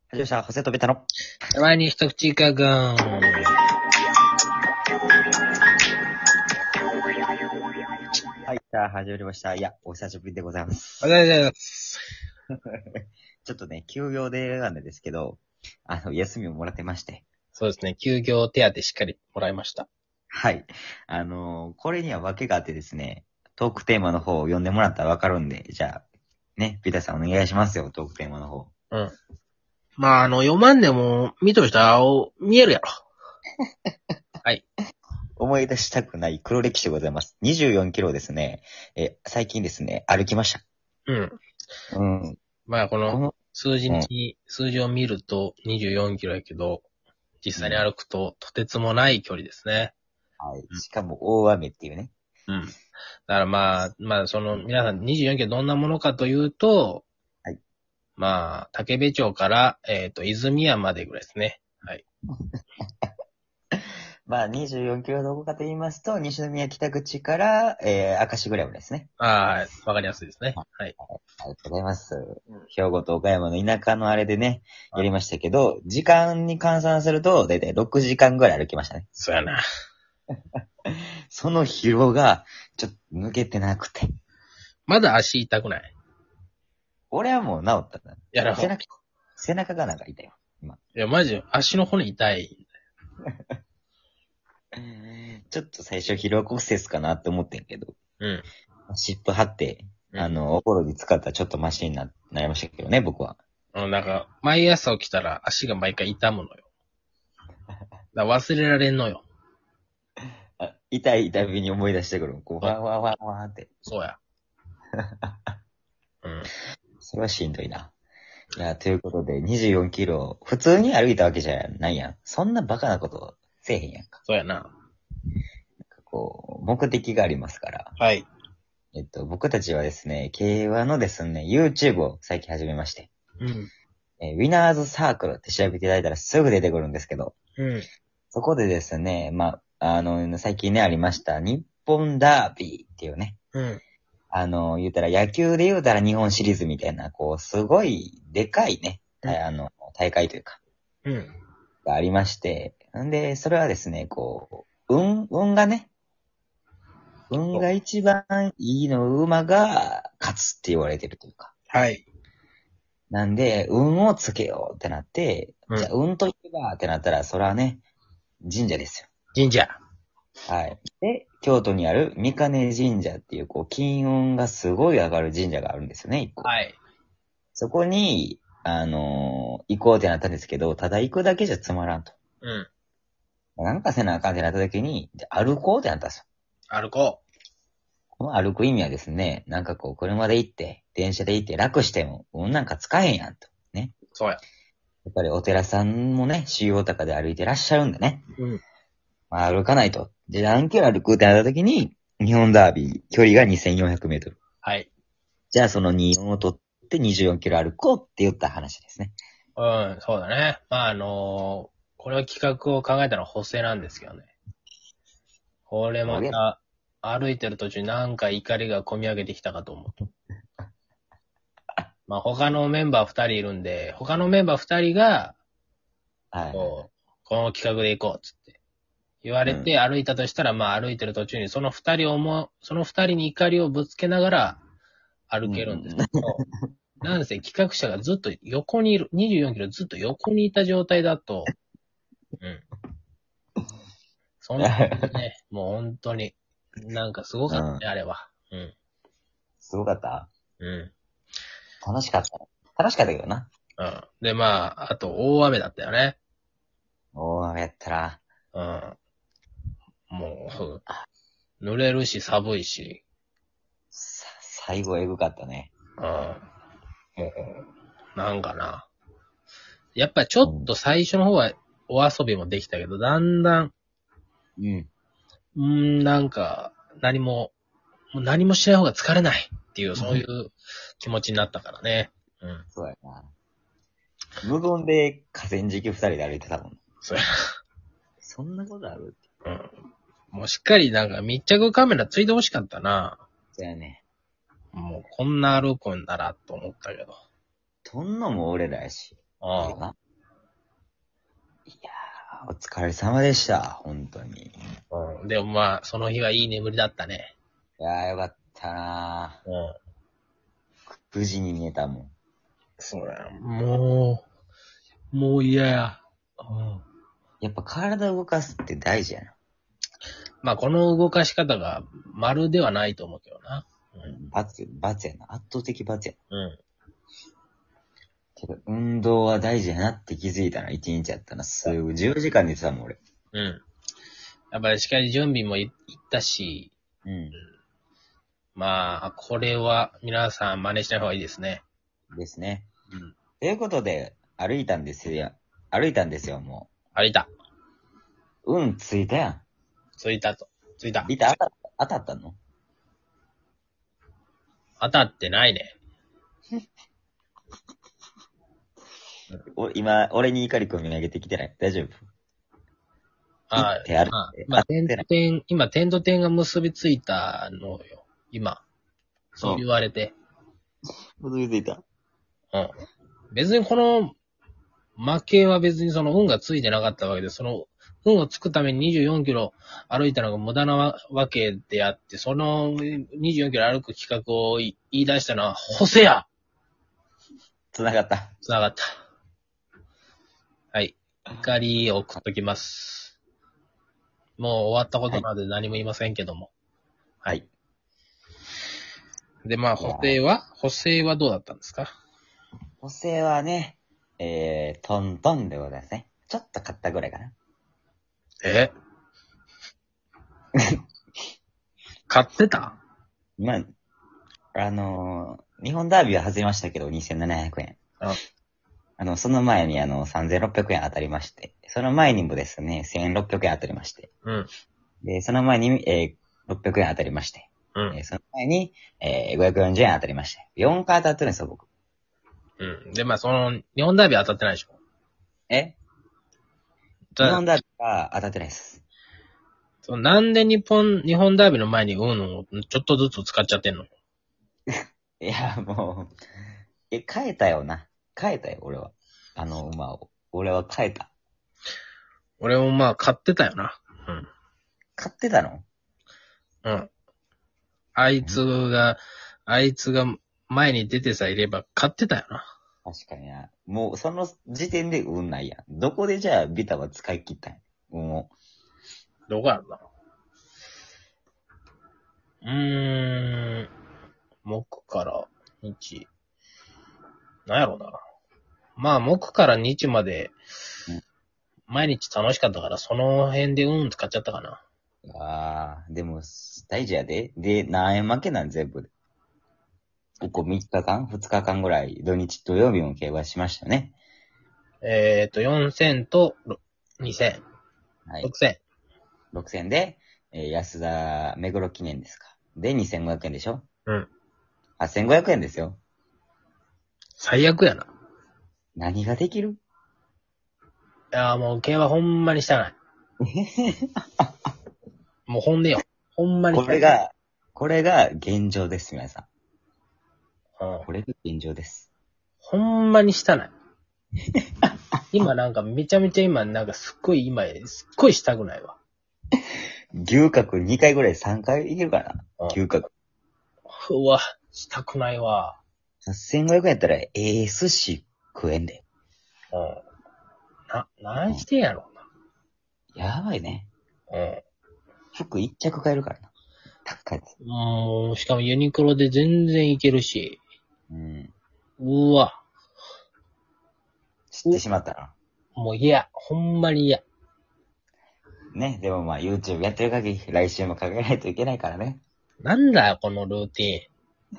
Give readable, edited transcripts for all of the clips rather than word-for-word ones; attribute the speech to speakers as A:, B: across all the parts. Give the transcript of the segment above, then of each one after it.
A: 始めました。ホセとベタの。
B: 前に一口いかが
A: はい、さあ、始まりました。いや、お久しぶりでございます。
B: おはようございます。
A: ちょっとね、休業でなんですけど、休みをもらってまして。
B: そうですね、休業手当しっかりもらいました。
A: はい。これには訳があってですね、トークテーマの方を読んでもらったらわかるんで、じゃあ、ね、ベタさんお願いしますよ、トークテーマの方。
B: うん。まあ、読まんでも、見としたら見えるやろ。はい。
A: 思い出したくない黒歴史でございます。24キロですね。最近ですね、歩きました。
B: うん。
A: うん。
B: まあ、この
A: この、
B: 数字
A: うん。
B: に、数字を見ると24キロやけど、実際に
A: うん。
B: 歩くととてつもない距離ですね。
A: はい。しかも大雨っていうね。
B: うん。だからまあ、皆さん24キロどんなものかというと、
A: はい。
B: まあ、竹部町から、泉屋までぐらいですね。はい。
A: まあ、24キロどこかと言いますと、西宮北口から、明石ぐらいまでですね。
B: はい。わかりやすいですね。はい。
A: ありがとうございます。
B: うん。
A: 兵庫と岡山の田舎のあれでね、や
B: はい。
A: りましたけど、時間に換算すると、だいたい6時間ぐらい歩きましたね。
B: そうやな。
A: その疲労が、ちょっと抜けてなくて。
B: まだ足痛くない？
A: 俺はもう治ったな。
B: やろう。
A: 背中がなんか痛いわ。今。
B: いや、マジ、足の骨痛い。
A: ちょっと最初疲労骨折かなって思ってんけど、
B: うん。
A: 湿布貼って、
B: うん。
A: お風呂に使ったらちょっとマシになりましたけどね、僕は。
B: なんか、毎朝起きたら足が毎回痛むのよ。だから忘れられんのよ。
A: 痛い痛びに思い出してくる。こう、
B: そう、
A: わーわーわーわーって。
B: そうや。うん。
A: それはしんどいな。いや、ということで、24キロ、普通に歩いたわけじゃないやん。そんなバカなことせえへんやんか。
B: そうやな。
A: こう、目的がありますから。
B: はい。
A: 僕たちはですね、競馬のですね、YouTube を最近始めまして、
B: うん。
A: ウィナーズサークルって調べていただいたらすぐ出てくるんですけど、
B: うん。
A: そこでですね、最近ね、ありました、日本ダービーっていうね、
B: うん。
A: 言うたら野球で言うたら日本シリーズみたいな、こう、すごいでかいね、
B: うん。
A: 大会というか、
B: うん。
A: がありまして、んで、それはですね、こう、運がね、運が一番いいの馬が勝つって言われてるというか。
B: はい。
A: なんで、運をつけようってなって、
B: うん。
A: じゃあ運といえばってなったら、それはね、神社ですよ。
B: 神社。
A: はい。で、京都にある三金神社っていう、こう、金運がすごい上がる神社があるんですよね、一個。
B: はい。
A: そこに、行こうってなったんですけど、ただ行くだけじゃつまらんと。
B: うん。
A: なんかせなあかんってなった時に、じゃあ歩こうってなったんですよ。
B: 歩こ
A: この歩く意味はですね、なんかこう、車で行って、電車で行って楽しても、運なんか使えへんやんと。ね。
B: う。そうや。
A: やっぱりお寺さんもね、主要高で歩いてらっしゃるんでね。
B: うん。
A: まあ歩かないと。で、何キロ歩くってなった時に、日本ダービー、距離が2400メートル。
B: はい。
A: じゃあその2を取って24キロ歩こうって言った話ですね。
B: うん、そうだね。まあ、これは企画を考えたのは補正なんですけどね。これま
A: 俺、
B: た、歩いてる途中になんか怒りが込み上げてきたかと思う。まあ他のメンバー二人いるんで、他のメンバー二人が、
A: はいはいはい。
B: この企画で行こうっつって言わ
A: うん。
B: れて歩いたとしたら、まあ歩いてる途中にその二人に怒りをぶつけながら歩
A: うんうん
B: けるんです
A: うん。
B: けど、なんせ企画者がずっと横にいる、24キロずっと横にいた状態だと、うん。その時ね、もう本当に、なんかすごかった
A: うん。
B: ね、あれは。うん。
A: すごかった。
B: うん。
A: 楽しかった。楽しかったけどな。
B: うん。で、まあ、あと大雨だったよね。
A: おー、やったら、
B: うん。もう、濡れるし寒いし、
A: 最後エグかったね。
B: うん。もう、なんかな。やっぱりちょっ
A: うん。
B: と最初の方はお遊びもできたけど、だんだん、
A: うん。
B: なんか、もう何もしない方が疲れないっていう、そういう気持ちになったからね。うん。
A: そうやな。無言で河川敷二人で歩いてたもん。
B: そうや。
A: そんなことあるって。
B: うん。もうしっかりなんか密着カメラついてほしかったな。
A: そうやね。
B: もうこんな歩くんだなと思ったけど。
A: とんのも俺らやし。
B: あ
A: な。いやー、お疲れ様でした。本当に。
B: あ。でもまあ、その日はいい眠りだったね。
A: いやー、よかったな
B: うん。
A: ー。無事に寝たもん。
B: そりゃ、もう嫌や。うん。
A: やっぱ体を動かすって大事やな。
B: まあ、この動かし方が丸ではないと思うけどな。
A: 罰やな。圧倒的罰や。
B: うん。
A: けど、運動は大事やなって気づいたの。一日やったな。すぐ10時間寝てたもん、俺。
B: うん。やっぱりしっかり準備も行ったし、
A: うん。
B: まあ、これは皆さん真似しない方がいいですね。
A: ですね。
B: うん。
A: ということで、歩いたんですよ。歩いたんですよ、も
B: 歩いた。
A: う。ついたやん。
B: ついたと。ついた。
A: ビタ当たったの？
B: 当たってないね。
A: 今、俺に怒り込み上げてきてない。大丈夫？
B: あ
A: 行って歩い
B: あ、
A: て。
B: まあ、
A: 当たってない。
B: 今、点と点が結びついたのよ。今。そう言われて。
A: 結びついた。
B: うん。別にこの、負けは別にその運がついてなかったわけで、その運をつくために24キロ歩いたのが無駄なわけであって、その24キロ歩く企画を言い出したのは、ホセや
A: 繋がった。
B: 繋がった。はい。怒りを送っときます。もう終わったことなので何も言いませんけども。
A: はい。
B: で、まあ、補正はどうだったんですか？
A: 補正はね、トントンでございますね。ちょっと買ったぐらいかな。
B: え買ってた？
A: まあ、日本ダービーは外れましたけど、2700円。その前に3600円当たりまして、その前にもですね、1600円当たりまして、
B: うん。
A: で、その前に、600円当たりまして、
B: うん。
A: その前に、540円当たりまして、4回当たってるんですよ、僕。
B: うん。で、まあ、その、日本ダービー当たってないでしょ？
A: 日本ダービーは当たってないです。
B: なんで日本ダービーの前に運をちょっとずつ使っちゃってんの？
A: いや、もう、変えたよな。変えたよ、俺は。あの馬を。俺は変えた。
B: 俺もまあ買ってたよな。
A: 買ってたの？
B: うん。うん。あいつが前に出てさえいれば買ってたよな。
A: 確かにな。もう、その時点で運ないやん。どこでじゃあ、ビタは使い切ったんや。運を。
B: どこやろな。木から日。なんやろな。まあ、木から日まで
A: うん、
B: 毎日楽しかったから、その辺で運使っちゃったかな。
A: ああ、でも、大事やで。で、何円負けなん全部で。ここ3日間 ?2 日間ぐらい、土曜日も競馬しましたね。
B: 4000と2000。
A: はい。
B: 6000。
A: 6000で、安田、目黒記念ですか。で、2500円でしょ？
B: うん。
A: 8500円ですよ。
B: 最悪やな。
A: 何ができる？
B: いやーもう、競馬ほんまにしたない。もう本音よ。ほんまにしたない。
A: これが現状です、皆さん。
B: うん。
A: これが現状です。
B: ほんまにしたない。今なんかめちゃめちゃ今なんかすっごいしたくないわ。
A: 牛角2回ぐらい3回いけるからな。
B: うん。
A: 牛角。
B: うわ、したくないわ。
A: 8500円やったら、寿司食えんで。
B: うん。何してんやろ
A: やばいね。
B: うな。
A: 服1着買えるからな。高いやつ。
B: うん。もう、しかもユニクロで全然いけるし。
A: うん。
B: うわ。
A: 知ってしまったな。
B: もう嫌。ほんまに嫌。
A: ね。でもまあ YouTube やってる限り来週もかけないといけないからね。
B: なんだよ、このルーテ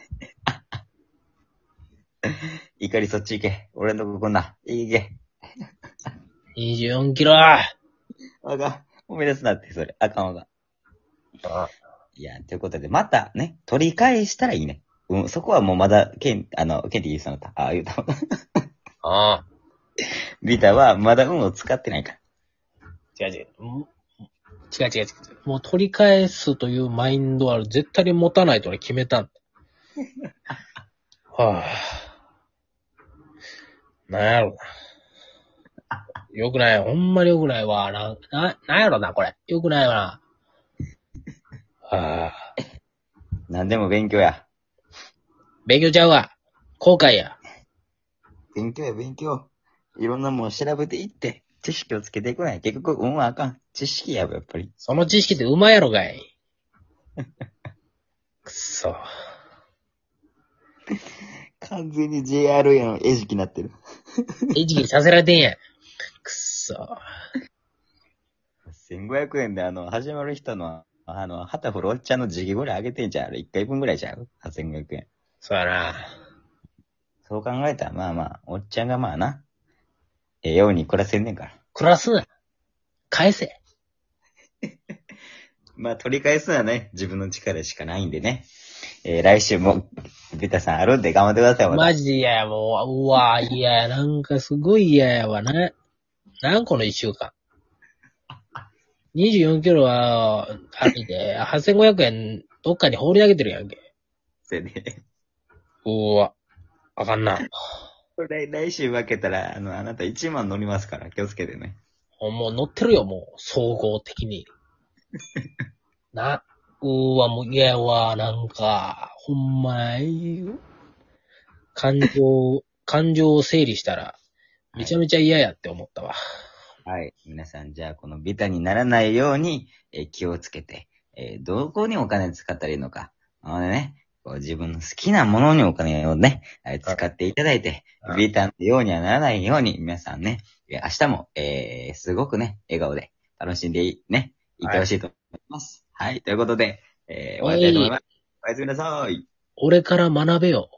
A: 怒りそっち行け。俺のとこ来んな。行け。
B: ィン。24キロ
A: あかん。思い出すなって、それ。あかんわかん。
B: あ
A: いや、ということで、またね、取り返したらいいね。うん、そこはもうまだ、ケンティ言いそうになった。あ、言うた。
B: ああ。
A: ビタはまだ運を使ってないから。
B: 違う違う。違う。もう取り返すというマインドは絶対に持たないと俺決めたんだ。はぁ。なんやろな。 よくない。ほんまによくないわ。なんやろな、これ。よくないわな。はあ。
A: 何でも勉強や。
B: 勉強ちゃうわ。後悔や。
A: 勉強や、勉強。いろんなもの調べていって、知識をつけていくない。結局、運はあかん。知識や、やっぱり。
B: その知識って馬やろがい。くそ。
A: 完全に JRA の餌食になってる。
B: 餌食にさせられてんや。くそ。
A: 1500円で始まる人の、旗振るおっちゃんの時期ぐらい上げてんじゃん。あれ、1回分ぐらいちゃう？ 1500 円。
B: そうやな。
A: そう考えたら、まあまあ、おっちゃんがまあな、ように暮らせんねんから。
B: 暮らすな。返せ。
A: まあ、取り返すのはね、自分の力しかないんでね。来週も、ビタさんあるんで頑張ってください、また。
B: マジで嫌や、もう。うわ嫌や。なんかすごい嫌やわな。なんこの一週間。24キロは、歩いて、8500円、どっかに放り上げてるやんけ。
A: それで、
B: うわ。あかんな。
A: 来週負けたら、あなた1万乗りますから、気をつけてね。
B: もう乗ってるよ、もう。総合的に。もう嫌やわ、なんか、ほんま、感情を整理したら、めちゃめちゃ嫌やって思ったわ。
A: はい。皆さん、じゃあ、このビタにならないように、気をつけて、どこにお金使ったらいいのか。ね、こう自分の好きなものにお金をね、使っていただいて、ビタのようにはならないように、皆さんね、明日も、すごくね、笑顔で楽しんでね、いってほしいと思います。はい。ということで、終わりたいと思います。おやすみなさい。
B: 俺から学べよ。